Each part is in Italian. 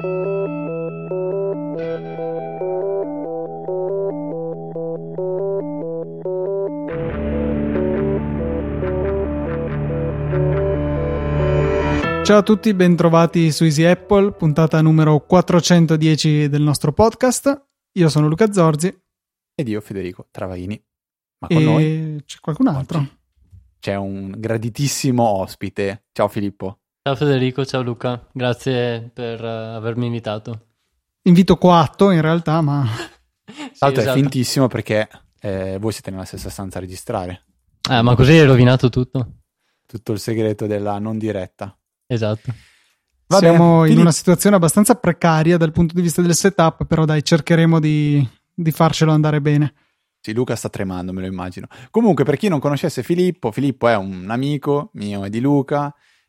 Ciao a tutti, bentrovati su Easy Apple, puntata numero 410 del nostro podcast. Io sono Luca Zorzi. Ed io Federico Travaini. Ma con noi c'è qualcun altro. Oggi c'è un graditissimo ospite. Ciao Filippo. Ciao Federico, ciao Luca. Grazie per avermi invitato. Invito coatto in realtà, ma... Tra l'altro esatto. È fintissimo perché voi siete nella stessa stanza a registrare. Ma così hai rovinato tutto. Tutto il segreto della non diretta. Esatto. Siamo in una situazione abbastanza precaria dal punto di vista del setup, però dai, cercheremo di farcelo andare bene. Sì, Luca sta tremando, me lo immagino. Comunque, per chi non conoscesse Filippo è un amico mio e di Luca,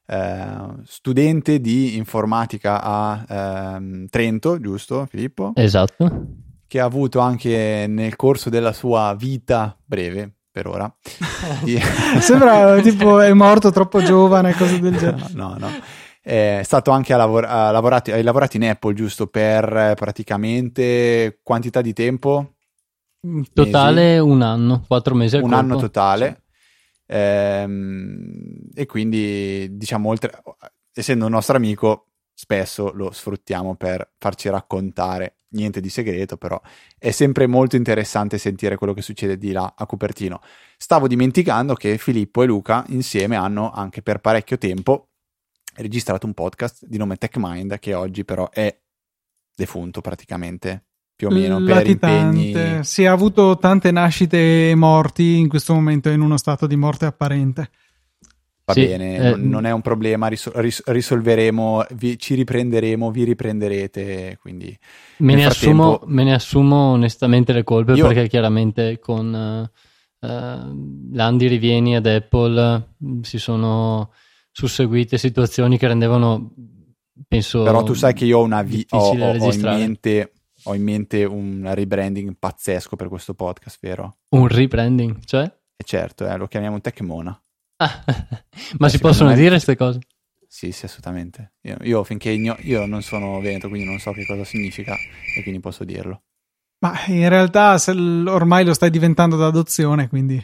studente di informatica a Trento, giusto Filippo? Esatto. Che ha avuto anche nel corso della sua vita breve, per ora. Sembra tipo è morto troppo giovane, cose del genere. No. È stato anche hai lavorato in Apple, giusto, per praticamente quantità di tempo? Totale Mesi? un anno, 4 mesi al Un colpo. anno totale. Sì. E quindi, diciamo, essendo un nostro amico, spesso lo sfruttiamo per farci raccontare. Niente di segreto, però è sempre molto interessante sentire quello che succede di là a Cupertino. Stavo dimenticando che Filippo e Luca insieme hanno anche per parecchio tempo registrato un podcast di nome TechMind, che oggi però è defunto praticamente, più o meno, per impegni. Si ha avuto tante nascite e morti, in questo momento è in uno stato di morte apparente. Va sì, bene, non è un problema, risolveremo, ci riprenderemo, vi riprenderete, quindi Me frattempo... ne assumo onestamente le colpe, perché chiaramente con Landi rivieni ad Apple si sono susseguite situazioni che rendevano, penso... Però tu sai che io ho in mente un rebranding pazzesco per questo podcast, vero? Un rebranding, cioè? E certo, lo chiamiamo Techmona. Ma si possono dire queste cose? Sì, assolutamente. Io finché io non sono veneto, quindi non so che cosa significa e quindi posso dirlo. Ma in realtà ormai lo stai diventando d'adozione, quindi...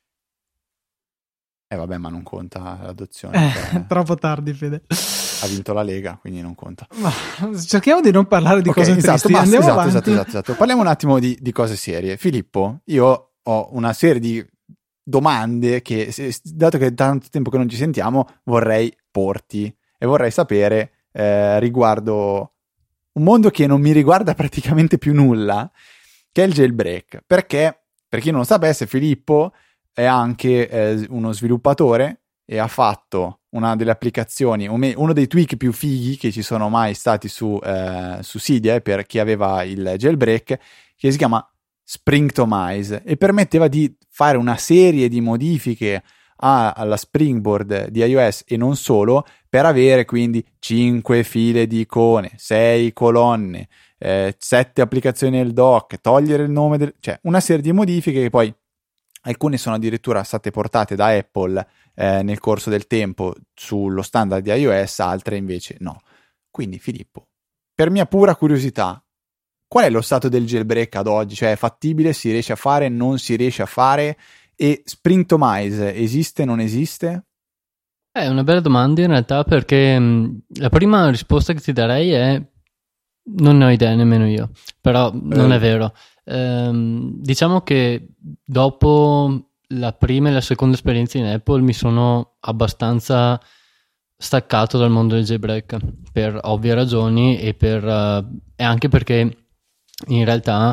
Vabbè, ma non conta l'adozione. Troppo tardi, Fede. Ha vinto la Lega, quindi non conta. Ma cerchiamo di non parlare di cose tristi. Andiamo avanti. Esatto. Parliamo un attimo di cose serie. Filippo, io ho una serie di domande che, dato che è tanto tempo che non ci sentiamo, vorrei porti e vorrei sapere riguardo un mondo che non mi riguarda praticamente più nulla, che è il jailbreak. Perché, per chi non lo sapesse, Filippo è anche uno sviluppatore e ha fatto una delle applicazioni, uno dei tweak più fighi che ci sono mai stati su Cydia per chi aveva il jailbreak, che si chiama Springtomize e permetteva di fare una serie di modifiche alla Springboard di iOS e non solo, per avere quindi 5 file di icone, 6 colonne, 7 applicazioni nel dock, togliere il nome cioè una serie di modifiche che poi alcune sono addirittura state portate da Apple nel corso del tempo sullo standard di iOS, altre invece no. Quindi Filippo, per mia pura curiosità, qual è lo stato del jailbreak ad oggi? Cioè è fattibile, si riesce a fare, non si riesce a fare? E Springtomize esiste, non esiste? È una bella domanda in realtà, perché la prima risposta che ti darei è non ne ho idea nemmeno io, però non è vero. Diciamo che dopo la prima e la seconda esperienza in Apple mi sono abbastanza staccato dal mondo del jailbreak per ovvie ragioni e anche perché in realtà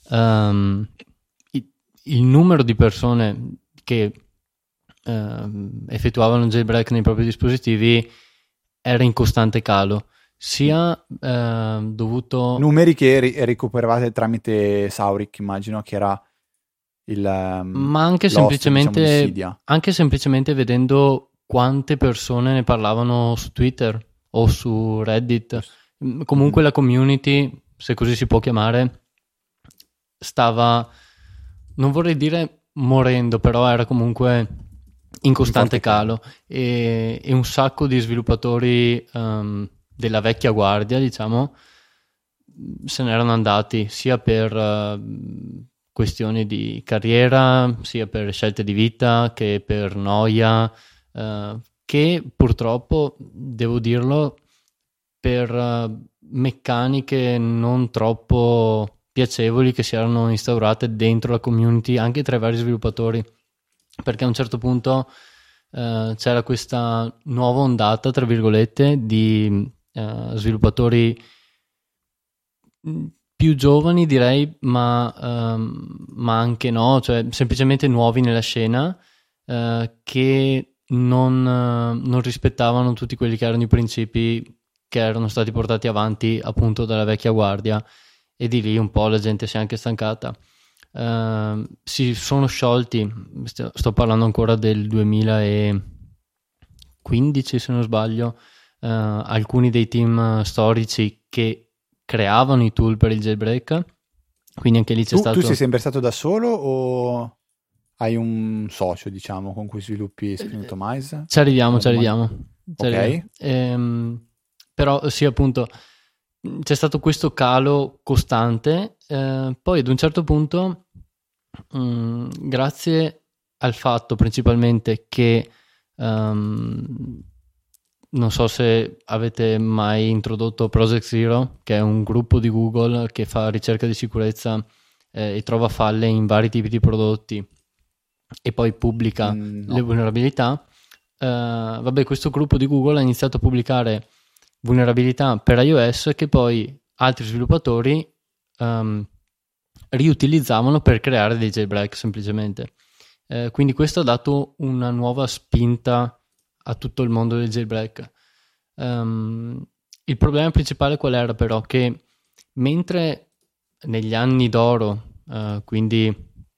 il numero di persone che effettuavano jailbreak nei propri dispositivi era in costante calo, sia dovuto... Numeri che recuperavate tramite Sauric, immagino, che era ma anche semplicemente, diciamo, anche semplicemente vedendo quante persone ne parlavano su Twitter o su Reddit. Comunque la community, se così si può chiamare, stava, non vorrei dire morendo, però era comunque in costante calo e un sacco di sviluppatori della vecchia guardia, diciamo, se ne erano andati sia per questioni di carriera, sia per scelte di vita, che per noia, che purtroppo, devo dirlo, per meccaniche non troppo piacevoli che si erano instaurate dentro la community, anche tra i vari sviluppatori, perché a un certo punto c'era questa nuova ondata, tra virgolette, di sviluppatori più giovani, direi, ma anche no, cioè semplicemente nuovi nella scena, che non rispettavano tutti quelli che erano i principi che erano stati portati avanti appunto dalla vecchia guardia, e di lì un po' la gente si è anche stancata. Si sono sciolti, sto parlando ancora del 2015 se non sbaglio, alcuni dei team storici che creavano i tool per il jailbreak, quindi anche lì c'è stato... Tu sei sempre stato da solo o hai un socio, diciamo, con cui sviluppi Sprintomize? Ci arriviamo. Ok. Però sì, appunto, c'è stato questo calo costante, poi ad un certo punto, grazie al fatto principalmente che non so se avete mai introdotto Project Zero, che è un gruppo di Google che fa ricerca di sicurezza e trova falle in vari tipi di prodotti e poi pubblica le vulnerabilità. Questo gruppo di Google ha iniziato a pubblicare vulnerabilità per iOS che poi altri sviluppatori riutilizzavano per creare dei jailbreak semplicemente. Quindi questo ha dato una nuova spinta a tutto il mondo del jailbreak. Il problema principale qual era però? Che mentre negli anni d'oro, quindi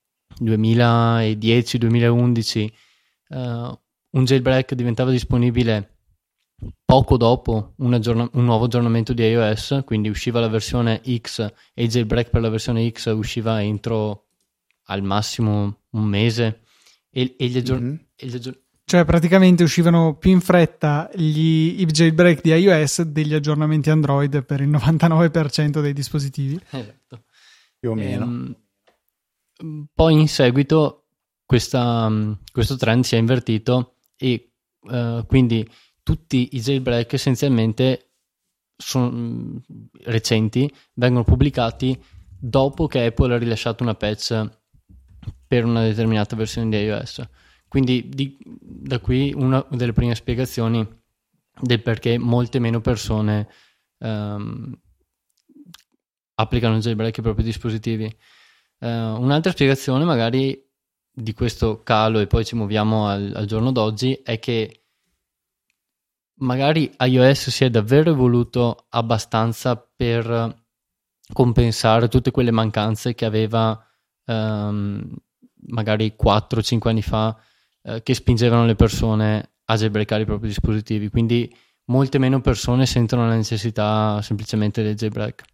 2010-2011, un jailbreak diventava disponibile poco dopo un nuovo aggiornamento di iOS, quindi usciva la versione X e il jailbreak per la versione X usciva entro al massimo un mese, e gli cioè praticamente uscivano più in fretta i jailbreak di iOS degli aggiornamenti Android per il 99% dei dispositivi. Esatto. Più o meno. Poi in seguito questo trend si è invertito e quindi tutti i jailbreak essenzialmente recenti vengono pubblicati dopo che Apple ha rilasciato una patch per una determinata versione di iOS. Quindi da qui una delle prime spiegazioni del perché molte meno persone applicano il jailbreak ai propri dispositivi. Un'altra spiegazione magari di questo calo, e poi ci muoviamo al giorno d'oggi, è che magari iOS si è davvero evoluto abbastanza per compensare tutte quelle mancanze che aveva magari 4-5 anni fa, che spingevano le persone a jailbreakare i propri dispositivi, quindi molte meno persone sentono la necessità semplicemente del jailbreak.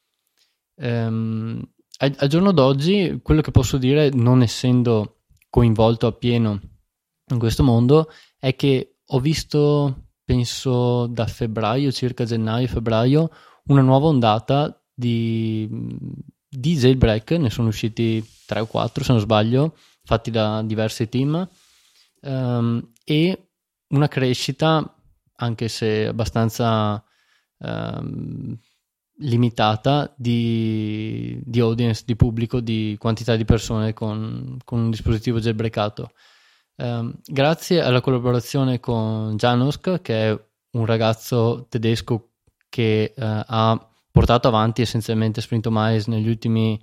Al giorno d'oggi quello che posso dire, non essendo coinvolto appieno in questo mondo, è che ho visto, penso da febbraio, circa gennaio-febbraio, una nuova ondata di jailbreak. Ne sono usciti 3 o 4 se non sbaglio, fatti da diversi team, e una crescita, anche se abbastanza limitata, di audience, di pubblico, di quantità di persone con un dispositivo jailbreakato. Grazie alla collaborazione con Janosk, che è un ragazzo tedesco che ha portato avanti essenzialmente Sprintomize negli ultimi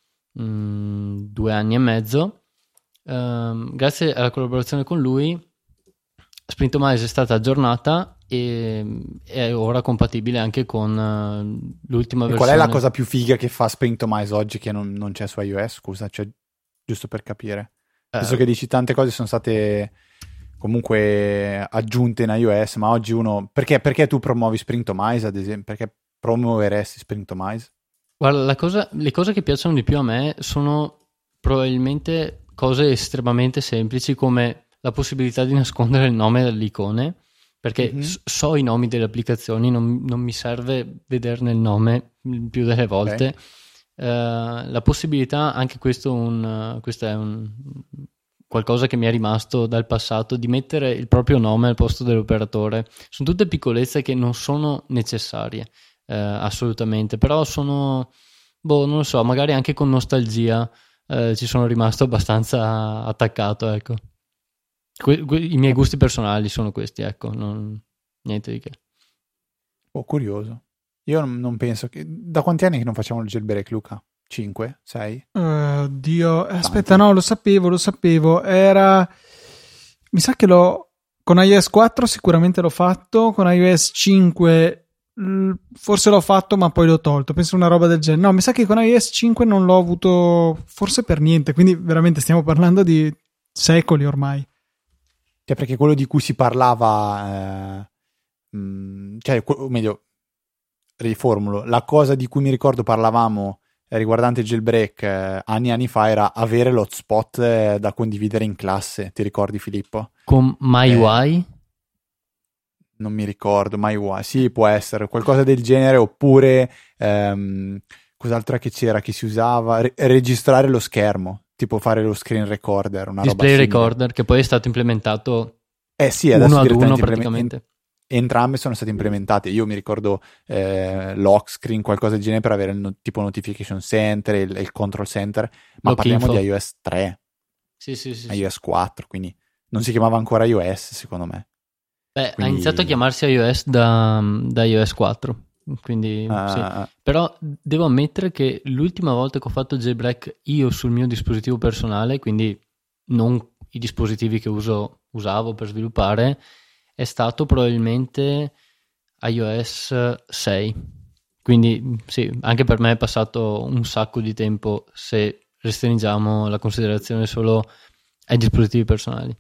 2 anni e mezzo. Grazie alla collaborazione con lui, Sprintomize è stata aggiornata e è ora compatibile anche con l'ultima versione. Qual è la cosa più figa che fa Sprintomize oggi che non c'è su iOS? Scusa, cioè, giusto per capire. Penso che dici tante cose sono state comunque aggiunte in iOS, ma oggi uno... Perché tu promuovi Sprintomize, ad esempio? Perché promuoveresti Sprintomize? Guarda, le cose che piacciono di più a me sono probabilmente cose estremamente semplici, come la possibilità di nascondere il nome delle icone, perché so i nomi delle applicazioni, non mi serve vederne il nome il più delle volte. Ok. La possibilità, anche questo è un qualcosa che mi è rimasto dal passato, di mettere il proprio nome al posto dell'operatore. Sono tutte piccolezze che non sono necessarie, assolutamente, però sono, non lo so, magari anche con nostalgia ci sono rimasto abbastanza attaccato, ecco. I miei gusti personali sono questi, ecco, niente di che. Curioso. Io non penso che... Da quanti anni che non facciamo il jailbreak, Luca? 5? 6? Dio, aspetta, no, lo sapevo. Era... Mi sa che con iOS 4 sicuramente l'ho fatto, con iOS 5 forse l'ho fatto ma poi l'ho tolto, penso una roba del genere. No, mi sa che con iOS 5 non l'ho avuto forse per niente, quindi veramente stiamo parlando di secoli ormai. Cioè, perché quello di cui si parlava... cioè, o meglio, riformulo, la cosa di cui mi ricordo parlavamo riguardante il jailbreak anni fa era avere l'hotspot da condividere in classe. Ti ricordi, Filippo? Con MyUI? Non mi ricordo, MyUI, sì, può essere qualcosa del genere, oppure cos'altro che c'era che si usava? Registrare lo schermo, tipo fare lo screen recorder, una Display roba simile. recorder, che poi è stato implementato Sì, adesso uno ad uno direttamente praticamente. Entrambe sono state implementate. Io mi ricordo lock screen, qualcosa del genere per avere il tipo notification center, il control center, ma Lock parliamo info. di iOS 3, Sì. iOS 4, quindi non si chiamava ancora iOS, secondo me. Beh, Quindi... ha iniziato a chiamarsi iOS da iOS 4, quindi sì. Però devo ammettere che l'ultima volta che ho fatto jailbreak io sul mio dispositivo personale, quindi non i dispositivi che usavo per sviluppare, è stato probabilmente iOS 6. Quindi sì, anche per me è passato un sacco di tempo se restringiamo la considerazione solo ai dispositivi personali.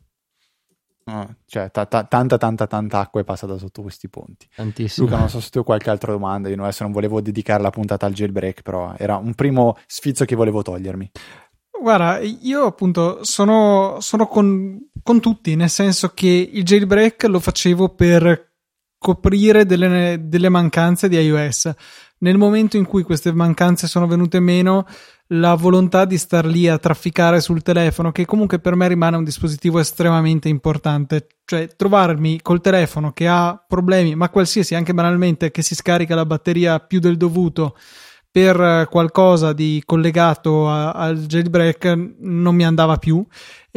cioè tanta acqua è passata sotto questi ponti. Tantissimo. Luca, non so se tu hai qualche altra domanda. Io adesso non volevo dedicare la puntata al jailbreak, però era un primo sfizio che volevo togliermi. Guarda, io appunto sono con tutti, nel senso che il jailbreak lo facevo per coprire delle mancanze di iOS. Nel momento in cui queste mancanze sono venute meno, la volontà di star lì a trafficare sul telefono, che comunque per me rimane un dispositivo estremamente importante, cioè trovarmi col telefono che ha problemi, ma qualsiasi, anche banalmente che si scarica la batteria più del dovuto per qualcosa di collegato al jailbreak, non mi andava più,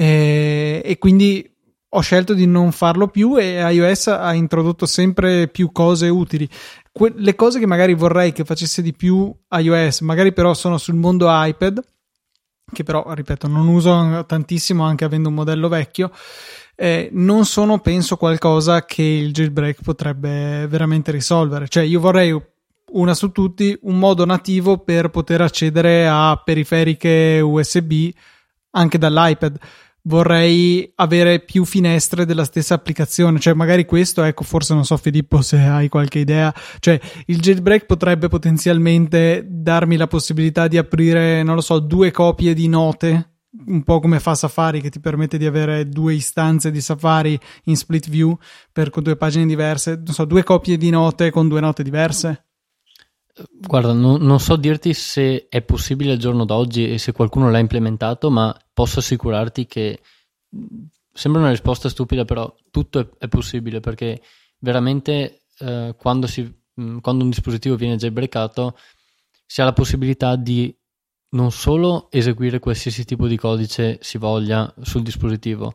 e quindi ho scelto di non farlo più, e iOS ha introdotto sempre più cose utili. Le cose che magari vorrei che facesse di più iOS, magari però sono sul mondo iPad, che però, ripeto, non uso tantissimo anche avendo un modello vecchio, non sono, penso, qualcosa che il jailbreak potrebbe veramente risolvere. Cioè, io vorrei una su tutti, un modo nativo per poter accedere a periferiche USB anche dall'iPad. Vorrei avere più finestre della stessa applicazione, cioè magari questo, ecco, forse non so Filippo se hai qualche idea, cioè il jailbreak potrebbe potenzialmente darmi la possibilità di aprire, non lo so, 2 copie di note, un po' come fa Safari, che ti permette di avere 2 istanze di Safari in split view con 2 pagine diverse, non so, 2 copie di note con 2 note diverse. Guarda, non so dirti se è possibile al giorno d'oggi e se qualcuno l'ha implementato, ma posso assicurarti che sembra una risposta stupida, però tutto è possibile, perché veramente quando un dispositivo viene jailbreakato si ha la possibilità di non solo eseguire qualsiasi tipo di codice si voglia sul dispositivo,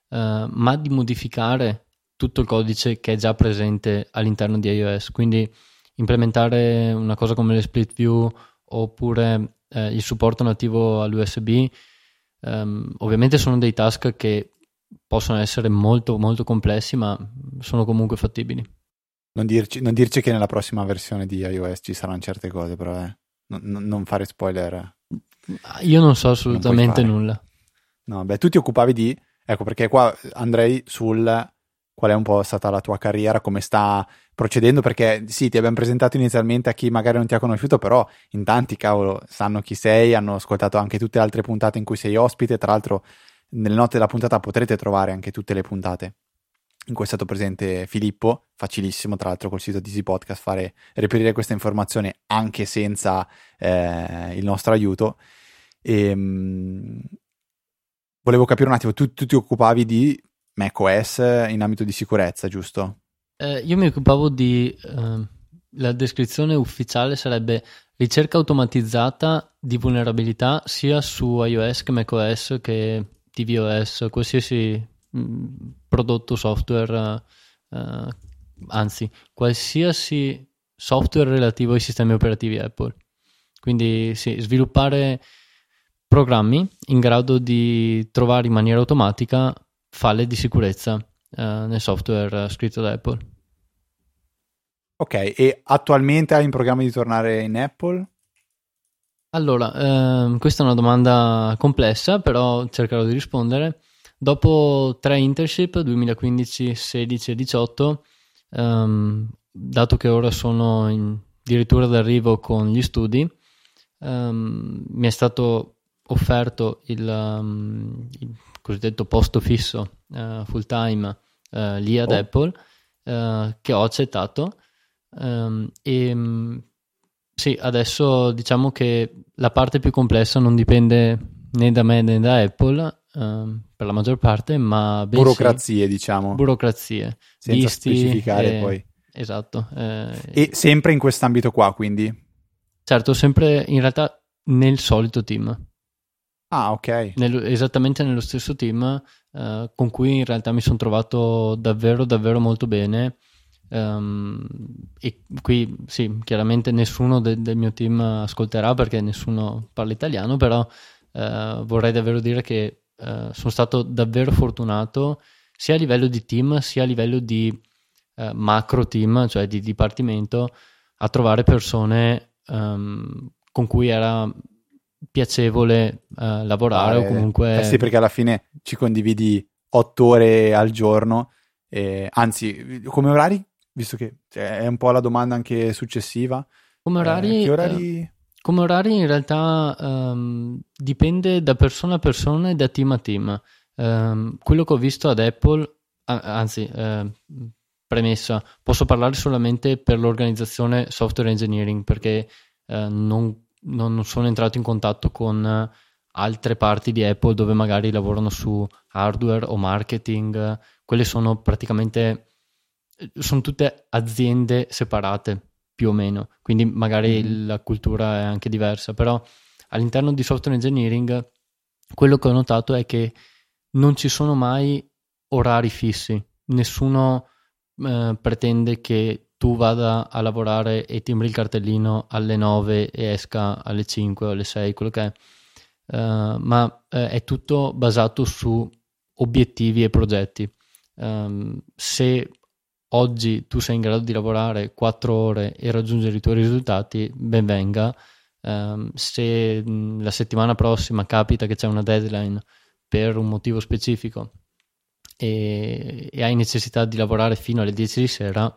ma di modificare tutto il codice che è già presente all'interno di iOS. Quindi implementare una cosa come le split view oppure il supporto nativo all'USB, ovviamente sono dei task che possono essere molto molto complessi, ma sono comunque fattibili. Non dirci che nella prossima versione di iOS ci saranno certe cose, però non fare spoiler. Io non so assolutamente nulla. No, beh, tu ti occupavi di... Ecco, perché qua andrei sul... Qual è un po' stata la tua carriera, come sta procedendo, perché sì, ti abbiamo presentato inizialmente a chi magari non ti ha conosciuto, però in tanti, cavolo, sanno chi sei, hanno ascoltato anche tutte le altre puntate in cui sei ospite. Tra l'altro nelle note della puntata potrete trovare anche tutte le puntate in cui è stato presente Filippo. Facilissimo tra l'altro col sito di Easy Podcast reperire questa informazione anche senza il nostro aiuto. Volevo capire un attimo, tu ti occupavi di macOS in ambito di sicurezza, giusto? Io mi occupavo di la descrizione ufficiale sarebbe ricerca automatizzata di vulnerabilità sia su iOS che macOS che tvOS, qualsiasi prodotto software, anzi qualsiasi software relativo ai sistemi operativi Apple. Quindi sì, sviluppare programmi in grado di trovare in maniera automatica falle di sicurezza nel software scritto da Apple. Ok, e attualmente hai in programma di tornare in Apple? Allora, questa è una domanda complessa, però cercherò di rispondere. Dopo 3 internship, 2015, 16 e 18, dato che ora sono addirittura d'arrivo con gli studi, mi è stato offerto il cosiddetto posto fisso full time lì ad Apple, che ho accettato. Sì, adesso diciamo che la parte più complessa non dipende né da me né da Apple, per la maggior parte, ma burocrazie, diciamo. Burocrazie. Senza specificare poi. Esatto. E sempre in quest'ambito qua, quindi? Certo, sempre in realtà nel solito team. Ah, ok. Esattamente nello stesso team con cui in realtà mi sono trovato davvero, davvero molto bene. E qui sì, chiaramente nessuno del mio team ascolterà perché nessuno parla italiano, però vorrei davvero dire che sono stato davvero fortunato sia a livello di team sia a livello di macro team, cioè di dipartimento, a trovare persone con cui era piacevole lavorare o comunque... sì, perché alla fine ci condividi 8 ore al giorno, anzi, come orari? Visto che è un po' la domanda anche successiva. Come orari? Che orari? Come orari in realtà dipende da persona a persona e da team a team. Quello che ho visto ad Apple, anzi, premessa, posso parlare solamente per l'organizzazione software engineering perché non sono entrato in contatto con altre parti di Apple dove magari lavorano su hardware o marketing. Quelle sono praticamente... sono tutte aziende separate più o meno, quindi magari la cultura è anche diversa, però all'interno di software engineering quello che ho notato è che non ci sono mai orari fissi, nessuno pretende che tu vada a lavorare e timbri il cartellino alle 9 e esca alle 5 o alle 6, quello che è, ma è tutto basato su obiettivi e progetti. Se oggi tu sei in grado di lavorare 4 ore e raggiungere i tuoi risultati, ben venga. Se la settimana prossima capita che c'è una deadline per un motivo specifico e hai necessità di lavorare fino alle 10 di sera,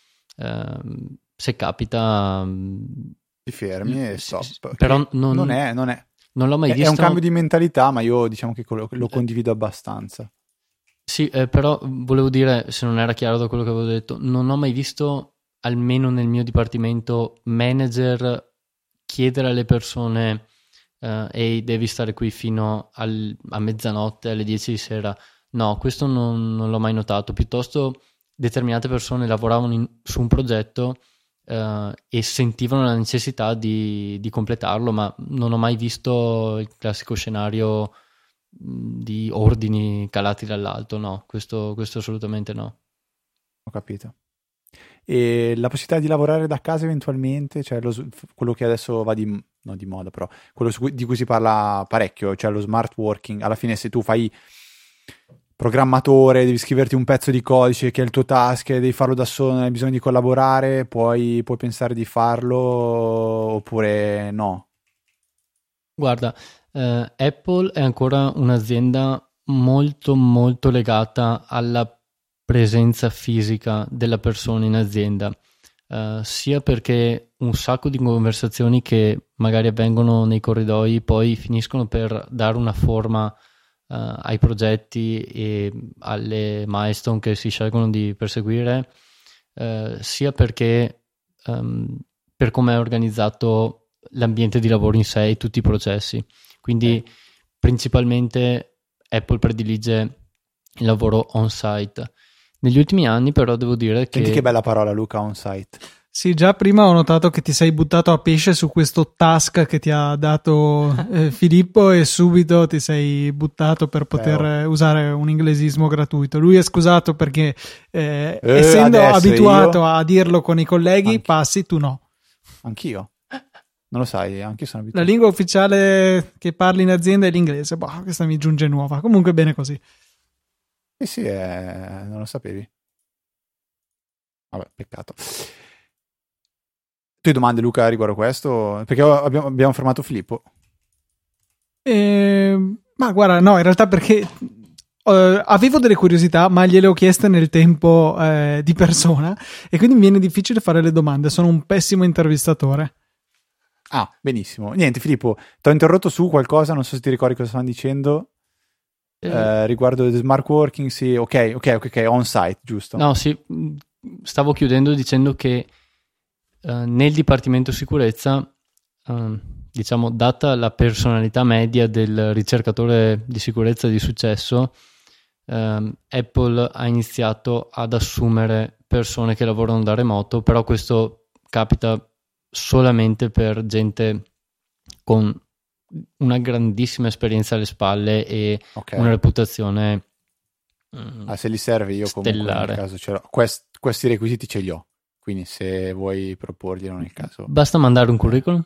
se capita ti fermi e stop. Però non l'ho mai visto. È un cambio di mentalità, ma io diciamo che lo condivido abbastanza. Sì, però volevo dire, se non era chiaro da quello che avevo detto, non ho mai visto, almeno nel mio dipartimento, manager chiedere alle persone ehi, devi stare qui fino a mezzanotte, alle 10 di sera. No, questo non l'ho mai notato. Piuttosto determinate persone lavoravano su un progetto e sentivano la necessità di completarlo, ma non ho mai visto il classico scenario di ordini calati dall'alto, no, questo assolutamente no. Ho capito. E la possibilità di lavorare da casa eventualmente, cioè quello che adesso va non di moda, però quello di cui si parla parecchio, cioè lo smart working. Alla fine, se tu fai programmatore, devi scriverti un pezzo di codice che è il tuo task, devi farlo da solo, non hai bisogno di collaborare, puoi pensare di farlo oppure no? Guarda, Apple è ancora un'azienda molto molto legata alla presenza fisica della persona in azienda, sia perché un sacco di conversazioni che magari avvengono nei corridoi poi finiscono per dare una forma ai progetti e alle milestone che si scelgono di perseguire, sia perché per come è organizzato l'ambiente di lavoro in sé e tutti i processi. Quindi principalmente Apple predilige il lavoro on-site. Negli ultimi anni però devo dire che... Senti che bella parola, Luca, on-site. Sì, già prima ho notato che ti sei buttato a pesce su questo task che ti ha dato Filippo, e subito ti sei buttato per poter usare un inglesismo gratuito. Lui è scusato perché essendo abituato a dirlo con i colleghi, passi, tu no. Anch'io. Non lo sai, anche io sono abituato. La lingua ufficiale che parli in azienda è l'inglese. Boh, questa mi giunge nuova. Comunque bene così. Sì, non lo sapevi. Vabbè, peccato. Tu hai domande, Luca, riguardo questo? Perché abbiamo fermato Filippo. Ma guarda, no, in realtà perché avevo delle curiosità, ma gliele ho chieste nel tempo di persona, e quindi mi viene difficile fare le domande. Sono un pessimo intervistatore. Ah, benissimo. Niente, Filippo, ti ho interrotto su qualcosa, non so se ti ricordi cosa stavano dicendo. Riguardo il smart working, sì, ok, on-site, giusto? No, sì, stavo chiudendo dicendo che nel Dipartimento Sicurezza, diciamo, data la personalità media del ricercatore di sicurezza di successo, Apple ha iniziato ad assumere persone che lavorano da remoto, però questo capita solamente per gente con una grandissima esperienza alle spalle e una reputazione se li serve io stellare. Comunque nel caso ce l'ho. Questi requisiti ce li ho, quindi se vuoi proporglielo nel caso basta mandare un curriculum.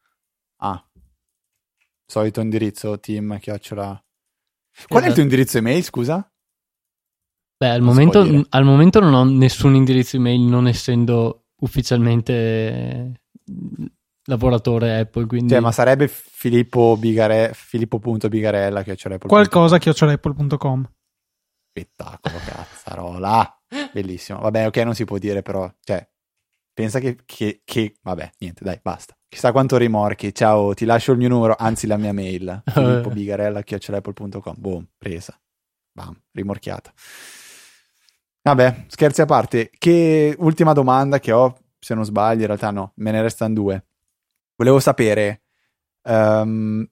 Solito indirizzo team @ Qual è il tuo indirizzo email, scusa? Beh, al momento non ho nessun indirizzo email, non essendo ufficialmente lavoratore Apple, quindi... Cioè, ma sarebbe filippo.bigarella qualcosa @apple.com. Spettacolo, cazzarola, bellissimo. Vabbè, ok, non si può dire, però, cioè, pensa che vabbè, niente, dai, basta. Chissà quanto rimorchi. Ciao, ti lascio il mio numero, anzi la mia mail, filippobigarella @apple.com. Boom, presa, bam, rimorchiata. Vabbè, scherzi a parte, che ultima domanda che ho, se non sbaglio, in realtà no, me ne restano due. Volevo sapere, ora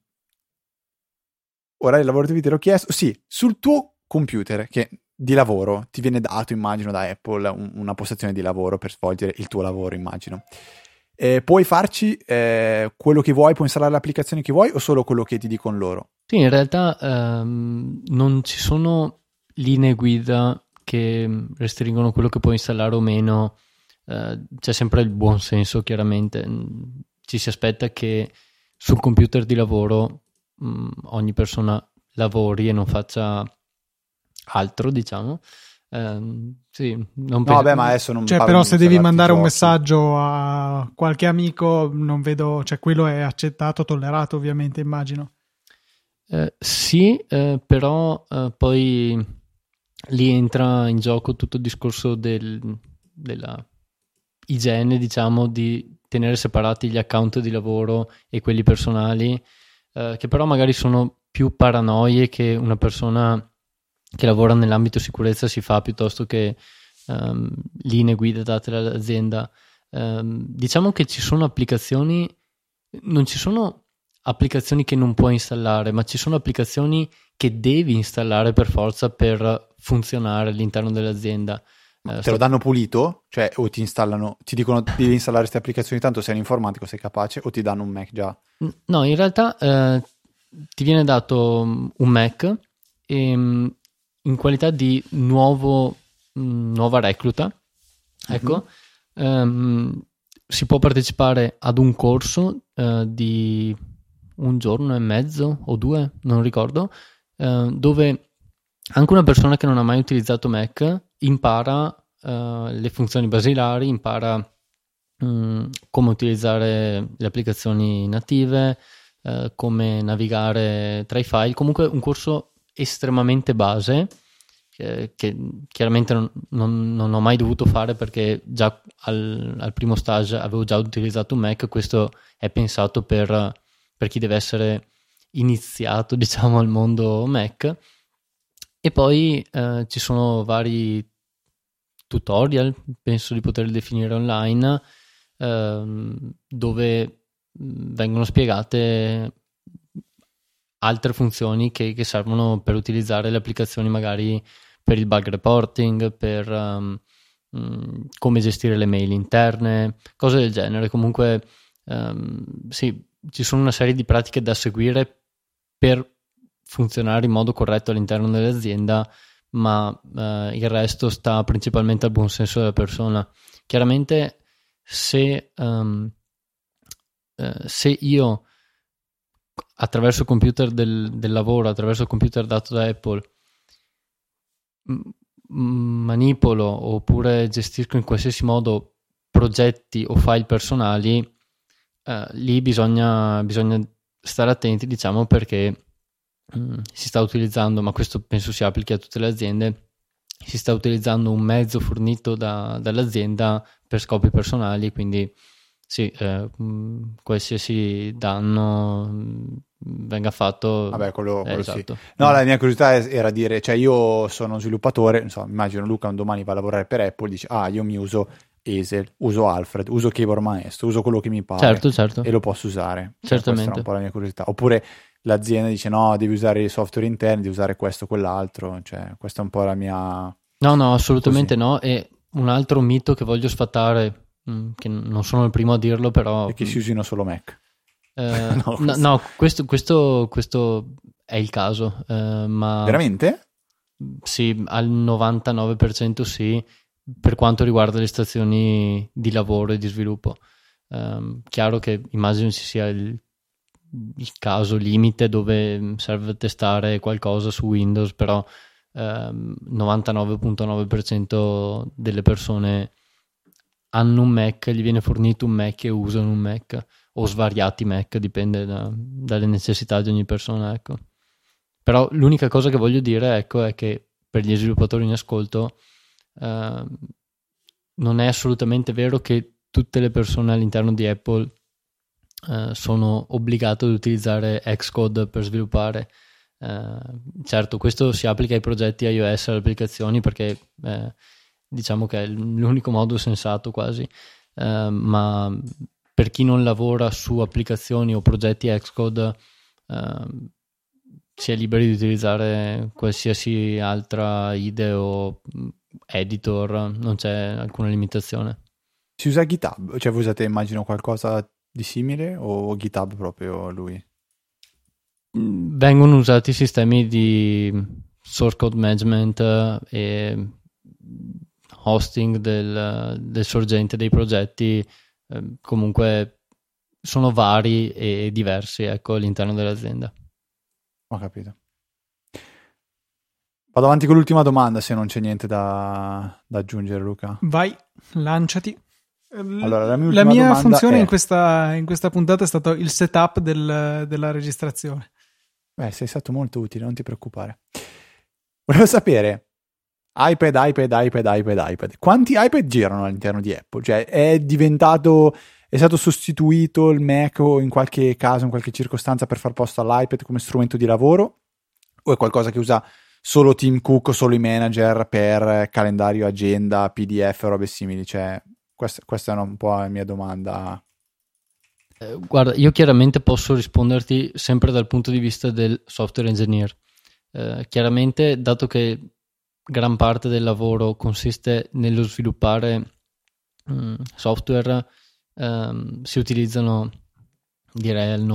il lavoro te l'ho chiesto, sì, sul tuo computer che di lavoro ti viene dato, immagino, da Apple una postazione di lavoro per svolgere il tuo lavoro, immagino. Puoi farci quello che vuoi, puoi installare le applicazioni che vuoi o solo quello che ti dicono loro? Sì, in realtà non ci sono linee guida che restringono quello che puoi installare o meno. C'è sempre il buon senso, chiaramente. Ci si aspetta che sul computer di lavoro ogni persona lavori e non faccia altro, diciamo. Sì, non no, vabbè, ma adesso non però se devi mandare un messaggio a qualche amico, non vedo, cioè quello è accettato, tollerato, ovviamente, immagino. Sì, però poi lì entra in gioco tutto il discorso della igiene, diciamo, di tenere separati gli account di lavoro e quelli personali, che però magari sono più paranoie che una persona che lavora nell'ambito sicurezza si fa, piuttosto che linee guida date dall'azienda. Diciamo che ci sono applicazioni, non ci sono applicazioni che non puoi installare, ma ci sono applicazioni che devi installare per forza per funzionare all'interno dell'azienda. Te lo danno pulito? Cioè, o ti installano, ti dicono devi installare queste applicazioni, tanto sei un informatico, sei capace, o ti danno un Mac già? No, in realtà ti viene dato un Mac e in qualità di nuova recluta, ecco, si può partecipare ad un corso di un giorno e mezzo o 2, non ricordo, dove anche una persona che non ha mai utilizzato Mac impara le funzioni basilari, impara come utilizzare le applicazioni native, come navigare tra i file. Comunque un corso estremamente base che chiaramente non ho mai dovuto fare, perché già al primo stage avevo già utilizzato un Mac. Questo è pensato per chi deve essere iniziato, diciamo, al mondo Mac. E poi ci sono vari tutorial, penso di poterli definire online, dove vengono spiegate altre funzioni che servono per utilizzare le applicazioni, magari per il bug reporting, per come gestire le mail interne, cose del genere. Comunque sì, ci sono una serie di pratiche da seguire per funzionare in modo corretto all'interno dell'azienda, ma il resto sta principalmente al buon senso della persona. Chiaramente se io attraverso il computer del lavoro, attraverso il computer dato da Apple, manipolo oppure gestisco in qualsiasi modo progetti o file personali, lì bisogna stare attenti, diciamo, perché si sta utilizzando, ma questo penso si applichi a tutte le aziende, si sta utilizzando un mezzo fornito dall'azienda per scopi personali, quindi sì, qualsiasi danno venga fatto. Vabbè, quello esatto. Sì. No, la mia curiosità era dire, cioè io sono sviluppatore, non so, immagino Luca un domani va a lavorare per Apple, dice, io mi uso Hazel, uso Alfred, uso Keyboard Maestro, uso quello che mi pare, certo. E lo posso usare. Certamente. Questa è un po' la mia curiosità. Oppure l'azienda dice no, devi usare i software interni, devi usare questo o quell'altro, cioè questa è un po' la mia... No, assolutamente così. No, e un altro mito che voglio sfatare, che non sono il primo a dirlo, però... è che si usino solo Mac. No, questo è il caso, ma... Veramente? Sì, al 99% sì, per quanto riguarda le stazioni di lavoro e di sviluppo. Chiaro che immagino ci sia il caso limite dove serve testare qualcosa su Windows, però 99.9% delle persone hanno un Mac, gli viene fornito un Mac e usano un Mac, o svariati Mac, dipende dalle necessità di ogni persona, ecco. Però l'unica cosa che voglio dire, ecco, è che per gli sviluppatori in ascolto non è assolutamente vero che tutte le persone all'interno di Apple sono obbligate ad utilizzare Xcode per sviluppare. Certo, questo si applica ai progetti iOS, alle applicazioni, perché diciamo che è l'unico modo sensato quasi, ma per chi non lavora su applicazioni o progetti Xcode si è liberi di utilizzare qualsiasi altra IDE o editor, non c'è alcuna limitazione. Si usa GitHub? Cioè voi usate, immagino, qualcosa di simile o GitHub proprio lui? Vengono usati sistemi di source code management e hosting del sorgente dei progetti, comunque sono vari e diversi, ecco, all'interno dell'azienda. Ho capito. Vado avanti con l'ultima domanda, se non c'è niente da aggiungere, Luca. Vai, lanciati. Allora, la mia funzione in questa puntata è stato il setup della registrazione. Beh, sei stato molto utile, non ti preoccupare. Volevo sapere, iPad. Quanti iPad girano all'interno di Apple? Cioè, è stato sostituito il Mac o in qualche caso, in qualche circostanza, per far posto all'iPad come strumento di lavoro? O è qualcosa che usa solo Tim Cook o solo i manager per calendario, agenda, PDF o robe simili? Cioè, questa è un po' la mia domanda. Guarda, io chiaramente posso risponderti sempre dal punto di vista del software engineer. Chiaramente, dato che gran parte del lavoro consiste nello sviluppare software, si utilizzano, direi, al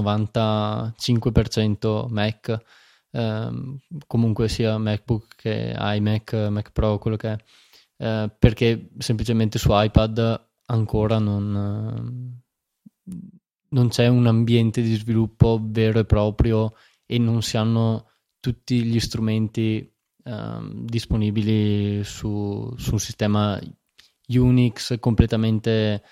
95% Mac, comunque sia MacBook che iMac, Mac Pro, quello che è, perché semplicemente su iPad ancora non c'è un ambiente di sviluppo vero e proprio e non si hanno tutti gli strumenti disponibili su un sistema Unix completamente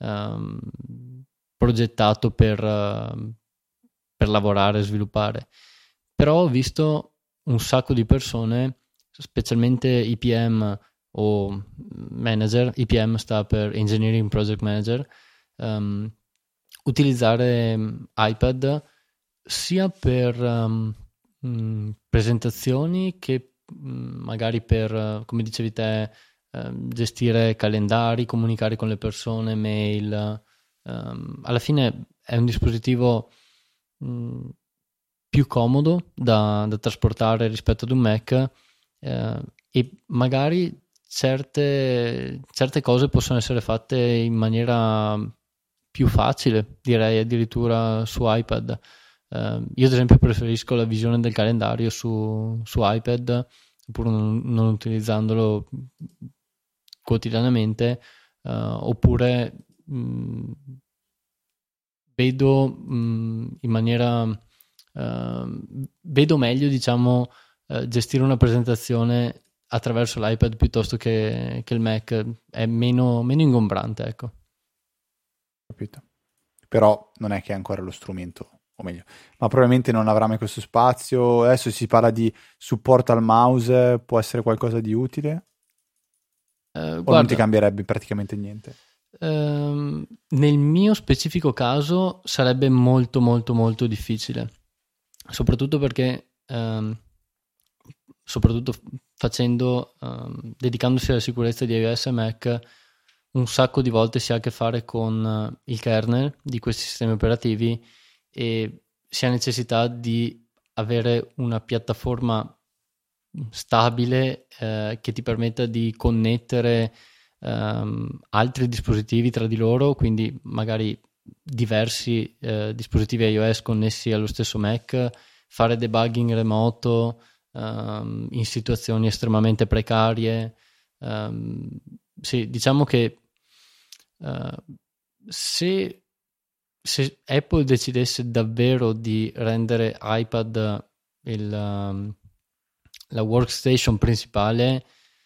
progettato per lavorare e sviluppare. Però ho visto un sacco di persone, specialmente IPM o manager, IPM sta per Engineering Project Manager, utilizzare iPad sia per presentazioni che magari per, come dicevi te, gestire calendari, comunicare con le persone, mail. Alla fine è un dispositivo più comodo da trasportare rispetto ad un Mac, e magari certe cose possono essere fatte in maniera più facile, direi addirittura su iPad. Io ad esempio preferisco la visione del calendario su iPad, pur non utilizzandolo quotidianamente, oppure vedo in maniera vedo meglio, diciamo, gestire una presentazione attraverso l'iPad piuttosto che il Mac. È meno ingombrante, ecco. Capito. Però non è che è ancora lo strumento, o meglio, ma probabilmente non avrà mai questo spazio. Adesso si parla di supporto al mouse, può essere qualcosa di utile? O Guarda, non ti cambierebbe praticamente niente? nel mio specifico caso sarebbe molto molto molto difficile, soprattutto perché soprattutto dedicandosi alla sicurezza di iOS e Mac, un sacco di volte si ha a che fare con il kernel di questi sistemi operativi e si ha necessità di avere una piattaforma stabile che ti permetta di connettere altri dispositivi tra di loro, quindi magari diversi dispositivi iOS connessi allo stesso Mac, fare debugging remoto in situazioni estremamente precarie. Sì, diciamo che se Apple decidesse davvero di rendere iPad la workstation principale,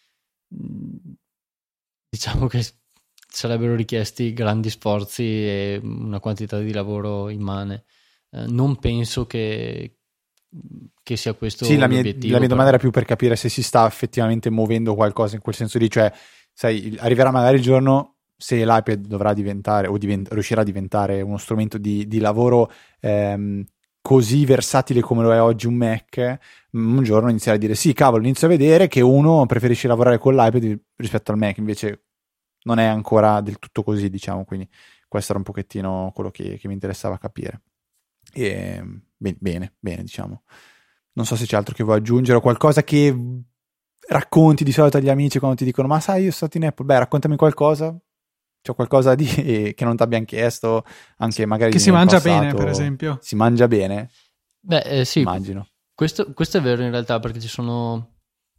diciamo che sarebbero richiesti grandi sforzi e una quantità di lavoro immane. Non penso che sia questo Sì, l'obiettivo. la mia domanda era più per capire se si sta effettivamente muovendo qualcosa in quel senso lì, cioè, sai, arriverà magari il giorno se l'iPad dovrà diventare o riuscirà a diventare uno strumento di lavoro così versatile come lo è oggi un Mac, un giorno inizierà a dire sì, cavolo, inizio a vedere che uno preferisce lavorare con l'iPad rispetto al Mac, invece non è ancora del tutto così, diciamo, quindi questo era un pochettino quello che mi interessava capire. E bene, diciamo. Non so se c'è altro che vuoi aggiungere o qualcosa che racconti di solito agli amici quando ti dicono ma sai io sono stato in Apple, beh raccontami qualcosa, c'è qualcosa che non ti abbiano chiesto, anche magari che si mangia bene, per esempio. Si mangia bene? Beh, sì, immagino. Questo è vero in realtà, perché ci sono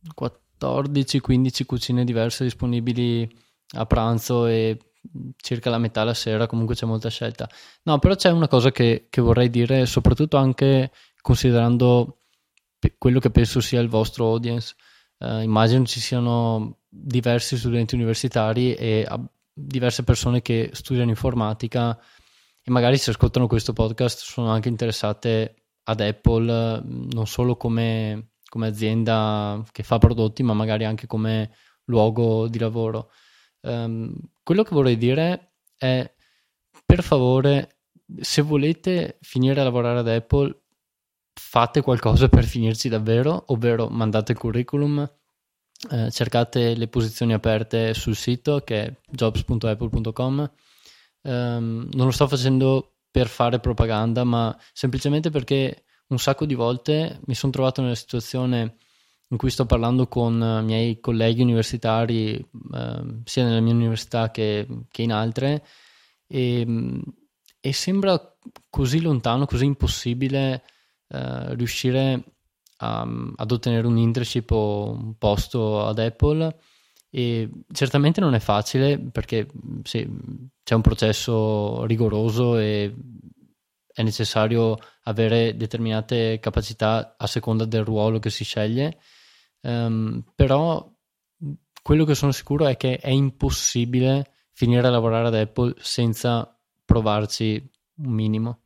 14-15 cucine diverse disponibili a pranzo e circa la metà la sera, comunque c'è molta scelta. No, però c'è una cosa che vorrei dire, soprattutto anche considerando quello che penso sia il vostro audience. Immagino ci siano diversi studenti universitari e diverse persone che studiano informatica e magari se ascoltano questo podcast sono anche interessate ad Apple, non solo come azienda che fa prodotti, ma magari anche come luogo di lavoro. Quello che vorrei dire è, per favore, se volete finire a lavorare ad Apple, fate qualcosa per finirci davvero, ovvero mandate il curriculum, cercate le posizioni aperte sul sito che è jobs.apple.com. Non lo sto facendo per fare propaganda, ma semplicemente perché un sacco di volte mi sono trovato nella situazione in cui sto parlando con miei colleghi universitari, sia nella mia università che in altre, e sembra così lontano, così impossibile riuscire ad ottenere un internship o un posto ad Apple. E certamente non è facile, perché sì, c'è un processo rigoroso e è necessario avere determinate capacità a seconda del ruolo che si sceglie, però quello che sono sicuro è che è impossibile finire a lavorare ad Apple senza provarci un minimo.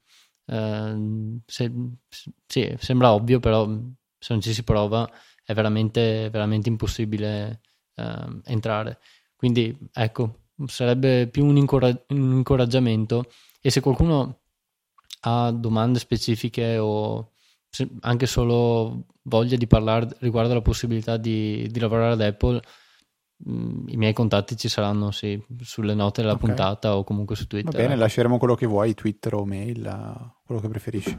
Sì, sembra ovvio, però se non ci si prova è veramente, veramente impossibile entrare. Quindi ecco, sarebbe più un incoraggiamento, e se qualcuno ha domande specifiche o anche solo voglia di parlare riguardo alla possibilità di lavorare ad Apple, i miei contatti ci saranno, sì, sulle note della puntata o comunque su Twitter. Va bene, lasceremo quello che vuoi, Twitter o mail, quello che preferisci.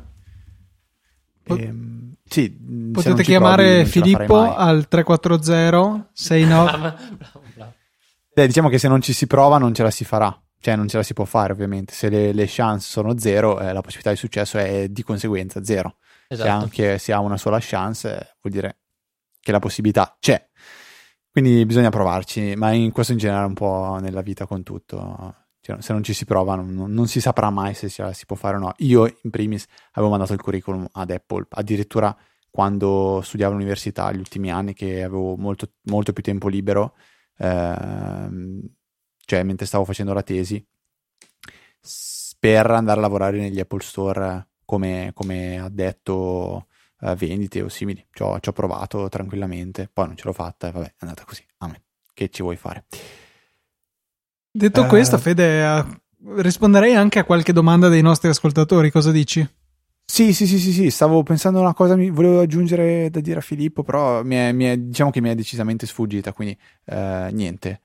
Sì, potete chiamare Filippo al 340 69. Bravo. Diciamo che se non ci si prova non ce la si farà, cioè non ce la si può fare ovviamente. Se le chance sono zero, la possibilità di successo è di conseguenza zero. Esatto. Se anche si ha una sola chance, vuol dire che la possibilità c'è. Quindi bisogna provarci, ma in questo in generale un po' nella vita con tutto. Cioè, se non ci si prova non si saprà mai se ce la si può fare o no. Io in primis avevo mandato il curriculum ad Apple, addirittura quando studiavo all'università, gli ultimi anni che avevo molto, molto più tempo libero, cioè mentre stavo facendo la tesi, per andare a lavorare negli Apple Store come addetto vendite o simili. Ci ho provato tranquillamente, poi non ce l'ho fatta e vabbè, è andata così. Amen. Che ci vuoi fare? Detto questo, Fede, risponderei anche a qualche domanda dei nostri ascoltatori, cosa dici? Sì, stavo pensando a una cosa, volevo aggiungere da dire a Filippo, però diciamo che mi è decisamente sfuggita, quindi niente.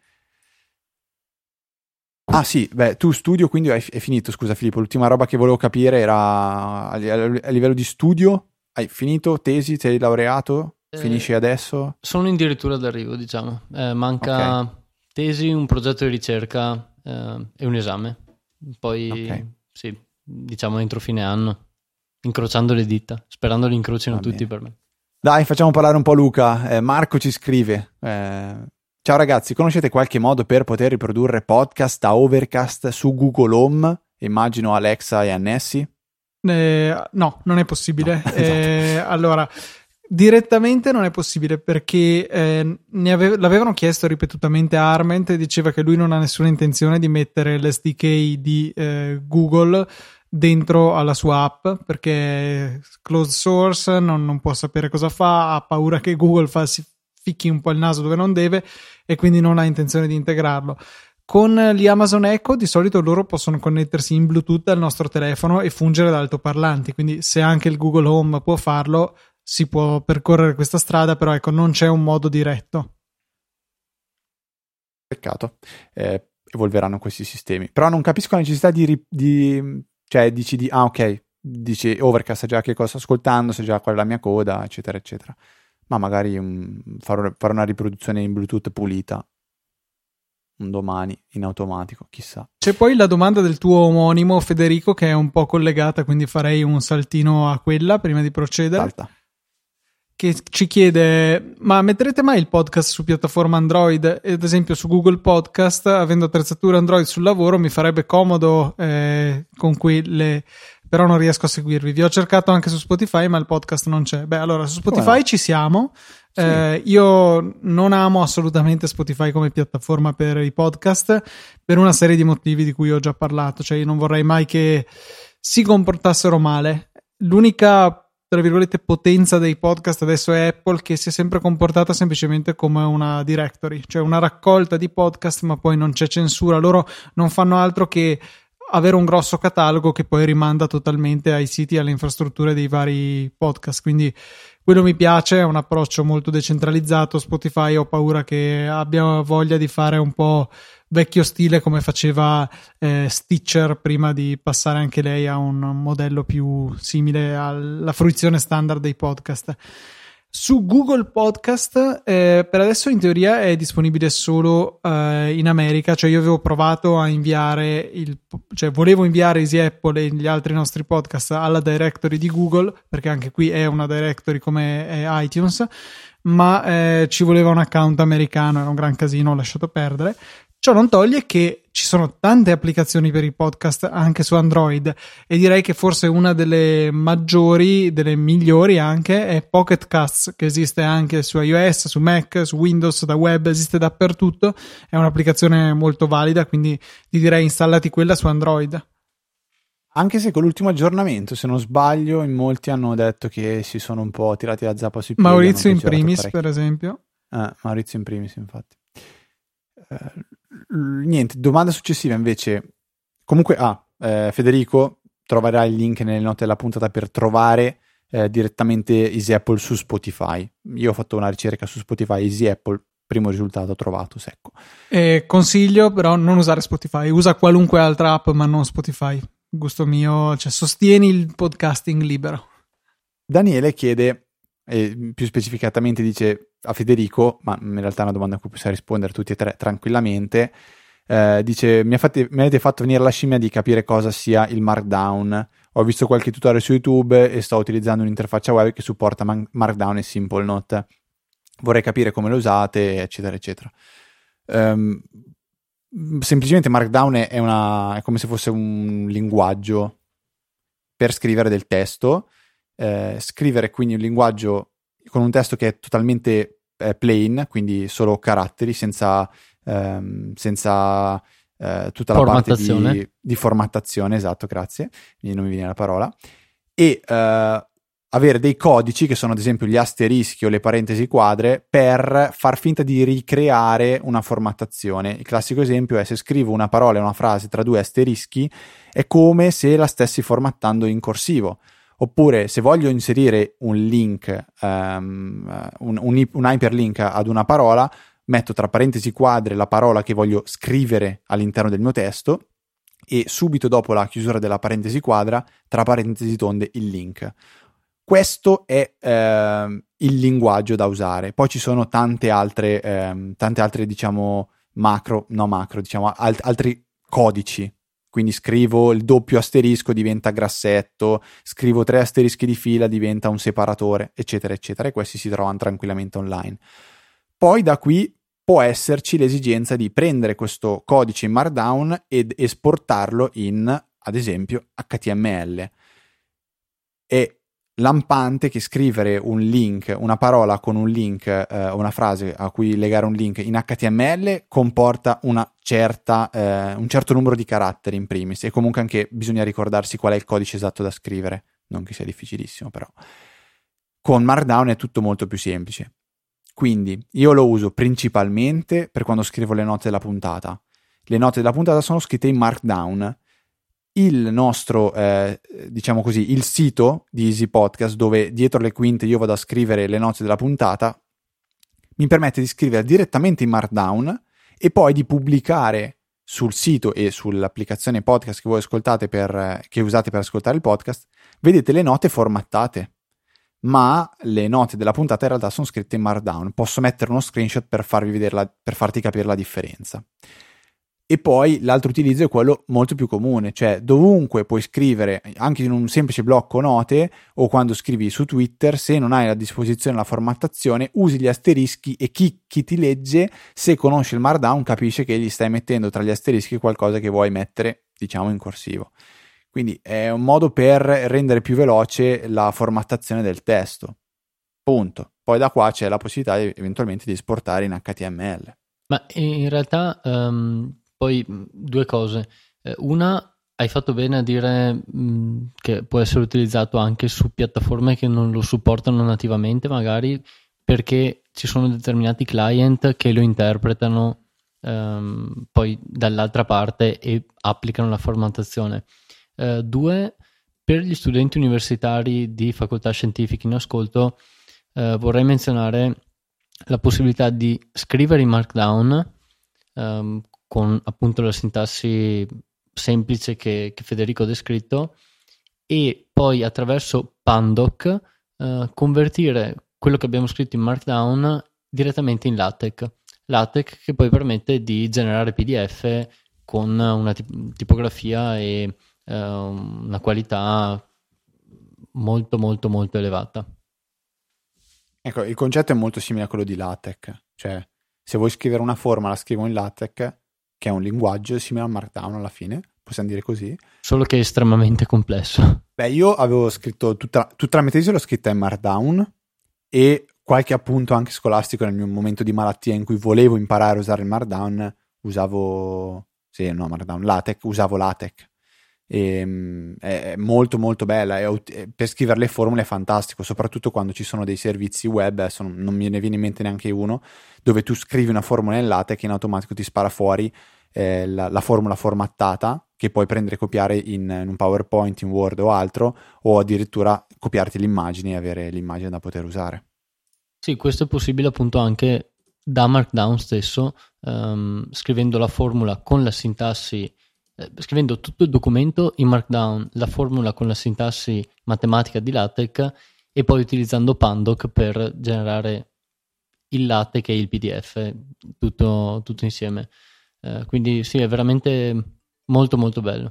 Ah sì, beh, tu studio, quindi è finito, scusa Filippo, l'ultima roba che volevo capire era a livello di studio, hai finito, tesi, sei laureato, finisci adesso? Sono addirittura d'arrivo, diciamo, manca tesi, un progetto di ricerca e un esame, poi sì, diciamo entro fine anno, incrociando le dita, sperando li incrocino tutti per me. Dai, facciamo parlare un po' Luca. Marco ci scrive: ciao ragazzi, conoscete qualche modo per poter riprodurre podcast da Overcast su Google Home? Immagino Alexa e annessi. No, non è possibile. No, esatto. Allora, direttamente non è possibile perché l'avevano chiesto ripetutamente a Arment e diceva che lui non ha nessuna intenzione di mettere l'SDK di Google dentro alla sua app perché closed source, non può sapere cosa fa, ha paura che Google si ficchi un po' il naso dove non deve e quindi non ha intenzione di integrarlo. Con gli Amazon Echo di solito loro possono connettersi in Bluetooth al nostro telefono e fungere da altoparlanti, quindi se anche il Google Home può farlo si può percorrere questa strada, però ecco, non c'è un modo diretto. Peccato. Evolveranno questi sistemi, però non capisco la necessità cioè dici dici Overcast sa già che cosa sto ascoltando, sa già qual è la mia coda, eccetera eccetera, ma magari fare una riproduzione in Bluetooth pulita un domani in automatico, chissà. C'è poi la domanda del tuo omonimo Federico che è un po' collegata, quindi farei un saltino a quella prima di procedere. Salta. Che ci chiede: ma metterete mai il podcast su piattaforma Android? Ad esempio su Google Podcast, avendo attrezzature Android sul lavoro mi farebbe comodo con quelle, però non riesco a seguirvi. Vi ho cercato anche su Spotify ma il podcast non c'è. Beh, allora su Spotify ci siamo. Sì. Io non amo assolutamente Spotify come piattaforma per i podcast per una serie di motivi di cui ho già parlato, cioè io non vorrei mai che si comportassero male. L'unica tra virgolette potenza dei podcast adesso è Apple, che si è sempre comportata semplicemente come una directory, cioè una raccolta di podcast ma poi non c'è censura, loro non fanno altro che avere un grosso catalogo che poi rimanda totalmente ai siti e alle infrastrutture dei vari podcast, quindi quello mi piace, è un approccio molto decentralizzato. Spotify ho paura che abbia voglia di fare un po' vecchio stile come faceva Stitcher prima di passare anche lei a un modello più simile alla fruizione standard dei podcast. Su Google Podcast per adesso in teoria è disponibile solo in America, cioè io avevo provato a inviare volevo inviare Easy Apple e gli altri nostri podcast alla directory di Google, perché anche qui è una directory come è iTunes, ma ci voleva un account americano, era un gran casino, ho lasciato perdere. Ciò non toglie che ci sono tante applicazioni per i podcast anche su Android e direi che forse una delle maggiori, delle migliori anche, è Pocket Casts, che esiste anche su iOS, su Mac, su Windows, da web, esiste dappertutto, è un'applicazione molto valida, quindi ti direi installati quella su Android. Anche se con l'ultimo aggiornamento, se non sbaglio, in molti hanno detto che si sono un po' tirati la zappa sui piedi. Maurizio in primis, per esempio. Maurizio in primis, infatti. Niente, domanda successiva invece. Comunque, Federico, troverai il link nelle note della puntata per trovare direttamente Easy Apple su Spotify. Io ho fatto una ricerca su Spotify, Easy Apple, primo risultato trovato, secco. Consiglio però non usare Spotify, usa qualunque altra app ma non Spotify. Gusto mio, cioè sostieni il podcasting libero. Daniele chiede, più specificatamente dice a Federico, ma in realtà è una domanda a cui possiamo rispondere tutti e tre tranquillamente, dice mi avete fatto venire la scimmia di capire cosa sia il Markdown. Ho visto qualche tutorial su YouTube e sto utilizzando un'interfaccia web che supporta Markdown e Simple Note. Vorrei capire come lo usate, eccetera, eccetera. Semplicemente Markdown è come se fosse un linguaggio per scrivere del testo. Scrivere quindi un linguaggio con un testo che è totalmente plain, quindi solo caratteri, senza tutta la parte di formattazione, esatto, grazie, non mi viene la parola, e avere dei codici che sono ad esempio gli asterischi o le parentesi quadre per far finta di ricreare una formattazione. Il classico esempio è: se scrivo una parola e una frase tra due asterischi è come se la stessi formattando in corsivo. Oppure se voglio inserire un link, un hyperlink ad una parola, metto tra parentesi quadre la parola che voglio scrivere all'interno del mio testo e subito dopo la chiusura della parentesi quadra, tra parentesi tonde, il link. Questo è il linguaggio da usare. Poi ci sono tante altre diciamo altri codici. Quindi scrivo il doppio asterisco, diventa grassetto, scrivo 3 asterischi di fila, diventa un separatore, eccetera, eccetera, e questi si trovano tranquillamente online. Poi da qui può esserci l'esigenza di prendere questo codice in Markdown ed esportarlo in, ad esempio, HTML. È lampante che scrivere un link, una parola con un link, una frase a cui legare un link in HTML comporta un certo numero di caratteri in primis, e comunque anche bisogna ricordarsi qual è il codice esatto da scrivere, non che sia difficilissimo, però con Markdown è tutto molto più semplice. Quindi io lo uso principalmente per quando scrivo le note della puntata. Le note della puntata sono scritte in Markdown. Il nostro, diciamo così, il sito di Easy Podcast, dove dietro le quinte io vado a scrivere le note della puntata, mi permette di scrivere direttamente in Markdown e poi di pubblicare sul sito e sull'applicazione podcast che voi ascoltate che usate per ascoltare il podcast. Vedete le note formattate, ma le note della puntata in realtà sono scritte in Markdown. Posso mettere uno screenshot per farti capire la differenza. E poi l'altro utilizzo è quello molto più comune, cioè dovunque puoi scrivere, anche in un semplice blocco note o quando scrivi su Twitter, se non hai a disposizione la formattazione, usi gli asterischi e chi ti legge, se conosce il Markdown, capisce che gli stai mettendo tra gli asterischi qualcosa che vuoi mettere, diciamo, in corsivo. Quindi è un modo per rendere più veloce la formattazione del testo. Punto. Poi da qua c'è la possibilità eventualmente di esportare in HTML. Ma in realtà poi 2 cose. Una, hai fatto bene a dire che può essere utilizzato anche su piattaforme che non lo supportano nativamente, magari perché ci sono determinati client che lo interpretano poi dall'altra parte e applicano la formattazione. 2, per gli studenti universitari di facoltà scientifiche in ascolto, vorrei menzionare la possibilità di scrivere in Markdown con appunto la sintassi semplice che Federico ha descritto, e poi attraverso Pandoc convertire quello che abbiamo scritto in Markdown direttamente in LaTeX, che poi permette di generare PDF con una tipografia e una qualità molto molto molto elevata. Ecco, il concetto è molto simile a quello di LaTeX, cioè se vuoi scrivere una forma la scrivo in LaTeX, che è un linguaggio simile al Markdown alla fine, possiamo dire così. Solo che è estremamente complesso. Beh, io avevo scritto tutta la mia tesi l'ho scritta in Markdown e qualche appunto anche scolastico nel mio momento di malattia in cui volevo imparare a usare il Markdown, usavo LaTeX. È molto molto bella, per scrivere le formule è fantastico, soprattutto quando ci sono dei servizi web, adesso non me ne viene in mente neanche uno, dove tu scrivi una formula in LaTeX e in automatico ti spara fuori la formula formattata che puoi prendere e copiare in un PowerPoint, in Word o altro, o addirittura copiarti l'immagine e avere l'immagine da poter usare. Sì, questo è possibile appunto anche da Markdown stesso, scrivendo la formula con la sintassi, scrivendo tutto il documento in Markdown, la formula con la sintassi matematica di LaTeX e poi utilizzando Pandoc per generare il LaTeX e il PDF, tutto insieme. Quindi sì, è veramente molto molto bello.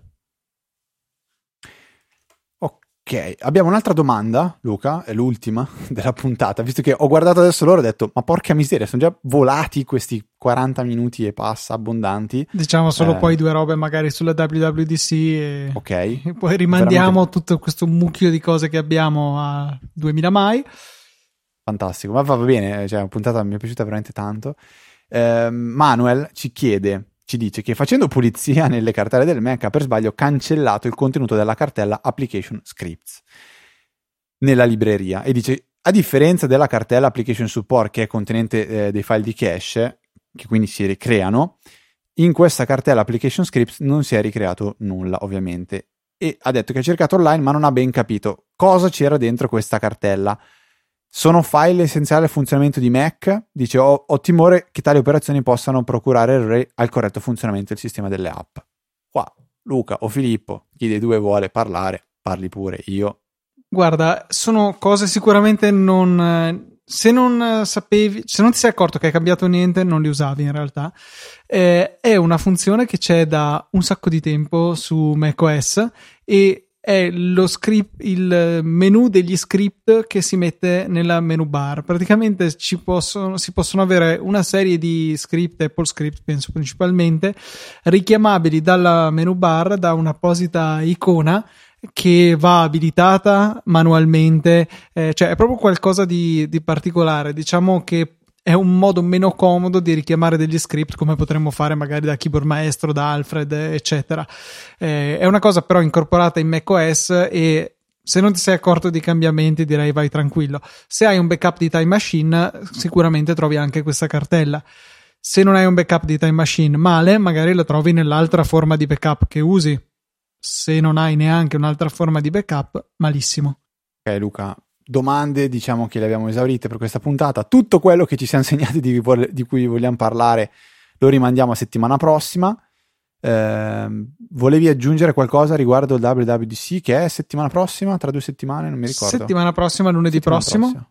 Ok, abbiamo un'altra domanda, Luca, è l'ultima della puntata, visto che ho guardato adesso loro e ho detto, ma porca miseria, sono già volati questi 40 minuti e passa abbondanti. Diciamo solo poi due robe magari sulla WWDC e, okay. E poi rimandiamo tutto questo mucchio di cose che abbiamo a 2000 mai. Fantastico, ma va bene, cioè, una puntata mi è piaciuta veramente tanto. Manuel ci dice che facendo pulizia nelle cartelle del Mac ha per sbaglio cancellato il contenuto della cartella Application Scripts nella libreria e dice, a differenza della cartella Application Support che è contenente dei file di cache che quindi si ricreano, in questa cartella Application Scripts non si è ricreato nulla ovviamente, e ha detto che ha cercato online ma non ha ben capito cosa c'era dentro questa cartella. Sono file essenziali al funzionamento di Mac? Dice, ho timore che tali operazioni possano procurare errori al corretto funzionamento del sistema delle app. Qua, Luca o Filippo, chi dei due vuole parlare, parli pure, io. Guarda, sono cose sicuramente non... Se non sapevi, se non ti sei accorto che hai cambiato niente, non li usavi in realtà. È una funzione che c'è da un sacco di tempo su macOS e è lo script, il menu degli script che si mette nella menu bar. Praticamente si possono avere una serie di script, Apple Script penso principalmente, richiamabili dalla menu bar da un'apposita icona che va abilitata manualmente, cioè è proprio qualcosa di particolare. Diciamo che è un modo meno comodo di richiamare degli script come potremmo fare magari da Keyboard Maestro, da Alfred, eccetera. È una cosa però incorporata in macOS e se non ti sei accorto di cambiamenti direi vai tranquillo. Se hai un backup di Time Machine sicuramente trovi anche questa cartella. Se non hai un backup di Time Machine male, magari la trovi nell'altra forma di backup che usi. Se non hai neanche un'altra forma di backup, malissimo. Ok Luca, domande diciamo che le abbiamo esaurite per questa puntata. Tutto quello che ci siamo segnati di cui vogliamo parlare lo rimandiamo a settimana prossima. Volevi aggiungere qualcosa riguardo il WWDC che è settimana prossima, tra 2 settimane, non mi ricordo. Settimana prossima, lunedì prossimo.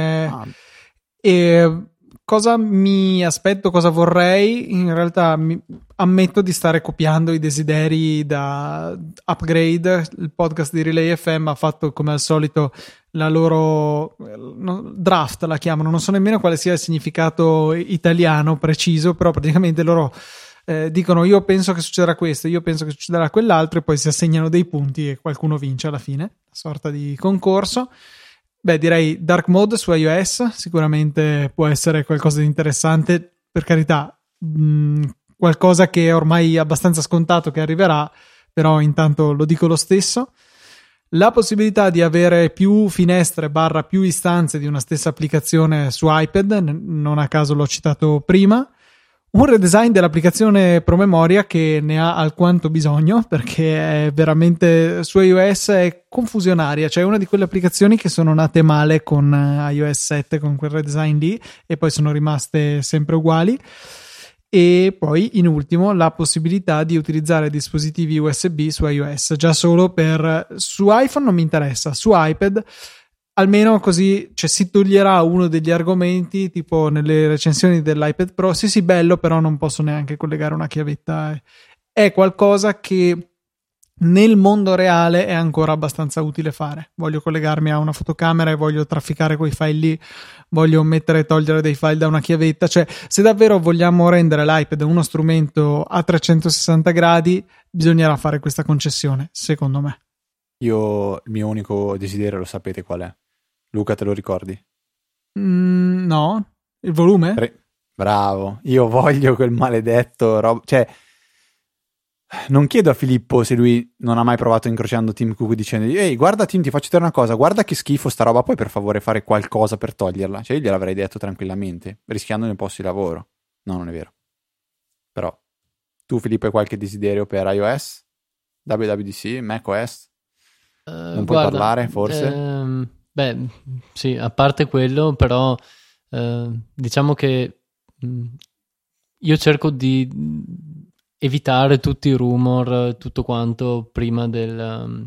E cosa mi aspetto, cosa vorrei? In realtà ammetto di stare copiando i desideri da Upgrade. Il podcast di Relay FM ha fatto come al solito la loro draft, la chiamano, non so nemmeno quale sia il significato italiano preciso, però praticamente loro dicono io penso che succederà questo, io penso che succederà quell'altro e poi si assegnano dei punti e qualcuno vince alla fine, una sorta di concorso. Beh, direi Dark Mode su iOS sicuramente può essere qualcosa di interessante, per carità, qualcosa che è ormai abbastanza scontato che arriverà, però intanto lo dico lo stesso. La possibilità di avere più finestre / più istanze di una stessa applicazione su iPad, non a caso l'ho citato prima. Un redesign dell'applicazione promemoria che ne ha alquanto bisogno, perché è veramente su iOS è confusionaria, cioè una di quelle applicazioni che sono nate male con iOS 7, con quel redesign lì, e poi sono rimaste sempre uguali. E poi in ultimo la possibilità di utilizzare dispositivi USB su iOS, già solo su iPhone non mi interessa, su iPad almeno così, cioè, si toglierà uno degli argomenti tipo nelle recensioni dell'iPad Pro, sì bello però non posso neanche collegare una chiavetta, è qualcosa che nel mondo reale è ancora abbastanza utile fare. Voglio collegarmi a una fotocamera e voglio trafficare quei file lì, voglio mettere e togliere dei file da una chiavetta, cioè se davvero vogliamo rendere l'iPad uno strumento a 360 gradi bisognerà fare questa concessione, secondo me. Il mio unico desiderio lo sapete qual è? Luca, te lo ricordi? No, il volume? Bravo, io voglio quel maledetto cioè non chiedo a Filippo se lui non ha mai provato incrociando Tim Cook dicendo ehi guarda Tim, ti faccio vedere una cosa, guarda che schifo sta roba, puoi per favore fare qualcosa per toglierla? Cioè io gliel'avrei detto tranquillamente, rischiando nel posto di lavoro. No, non è vero, però Tu Filippo hai qualche desiderio per iOS, WWDC, macOS? Non puoi parlare forse? Beh, sì, a parte quello, però diciamo che io cerco di evitare tutti i rumor, tutto quanto prima del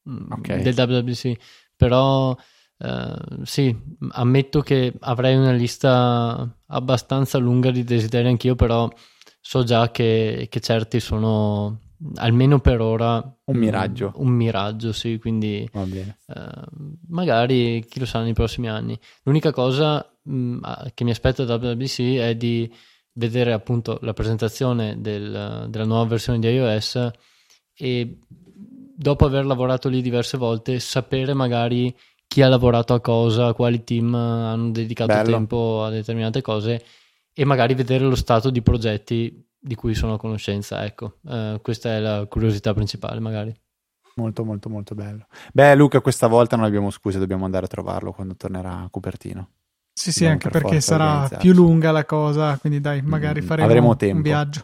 WWDC, però sì, ammetto che avrei una lista abbastanza lunga di desideri anch'io, però so già che certi sono, almeno per ora, un miraggio. Un miraggio, sì, quindi va bene. Magari chi lo sa nei prossimi anni. L'unica cosa che mi aspetto da WWDC è di vedere appunto la presentazione della nuova versione di iOS e dopo aver lavorato lì diverse volte sapere magari chi ha lavorato a cosa, quali team hanno dedicato tempo a determinate cose e magari vedere lo stato di progetti di cui sono a conoscenza, ecco. Questa è la curiosità principale magari. Molto molto molto bello. Beh Luca, questa volta non abbiamo scuse, dobbiamo andare a trovarlo quando tornerà a Cupertino. Sì, dobbiamo anche perché sarà più lunga la cosa, quindi dai, magari faremo un viaggio.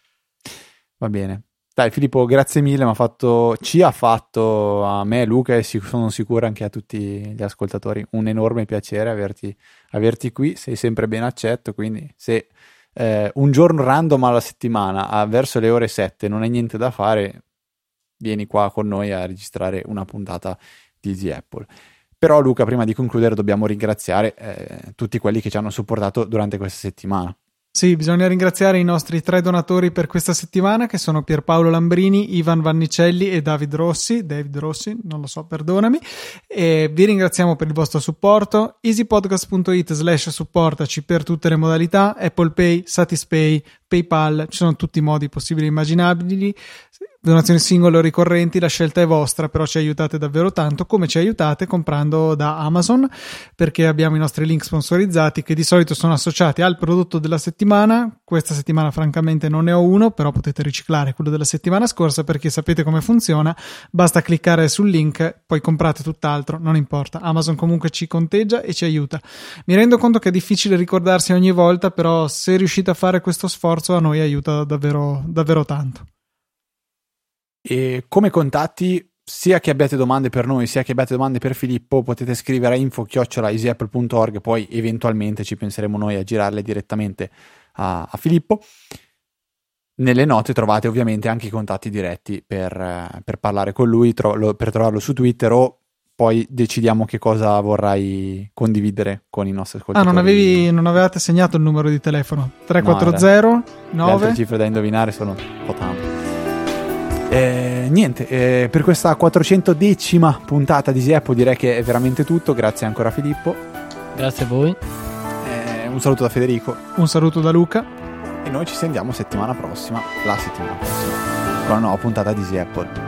Va bene. Dai Filippo, grazie mille, ci ha fatto a me, Luca, e sono sicuro anche a tutti gli ascoltatori un enorme piacere averti qui, sei sempre ben accetto, quindi se un giorno random alla settimana verso le ore 7 non hai niente da fare, vieni qua con noi a registrare una puntata di Easy Apple. Però Luca, prima di concludere dobbiamo ringraziare tutti quelli che ci hanno supportato durante questa settimana. Sì, bisogna ringraziare i nostri 3 donatori per questa settimana, che sono Pierpaolo Lambrini, Ivan Vannicelli e David Rossi, non lo so, perdonami, e vi ringraziamo per il vostro supporto. easypodcast.it/supportaci per tutte le modalità, Apple Pay, Satispay, PayPal, ci sono tutti i modi possibili e immaginabili, donazioni singole o ricorrenti, la scelta è vostra, però ci aiutate davvero tanto, come ci aiutate comprando da Amazon, perché abbiamo i nostri link sponsorizzati che di solito sono associati al prodotto della settimana. Questa settimana francamente non ne ho uno, però potete riciclare quello della settimana scorsa perché sapete come funziona, basta cliccare sul link, poi comprate tutt'altro, non importa, Amazon comunque ci conteggia e ci aiuta. Mi rendo conto che è difficile ricordarsi ogni volta, però se riuscite a fare questo sforzo a noi aiuta davvero, davvero tanto. E come contatti, sia che abbiate domande per noi sia che abbiate domande per Filippo, potete scrivere a info@easyapple.org, poi eventualmente ci penseremo noi a girarle direttamente a Filippo. Nelle note trovate ovviamente anche i contatti diretti per parlare con lui, per trovarlo su Twitter, o poi decidiamo che cosa vorrai condividere con i nostri ascoltatori. Non avevate segnato il numero di telefono? 340 Le altre cifre da indovinare sono un po' tante. Niente, per questa 410ª puntata di Easy Apple direi che è veramente tutto. Grazie ancora Filippo. Grazie a voi. Un saluto da Federico. Un saluto da Luca. E noi ci sentiamo la settimana prossima con una nuova puntata di Easy Apple.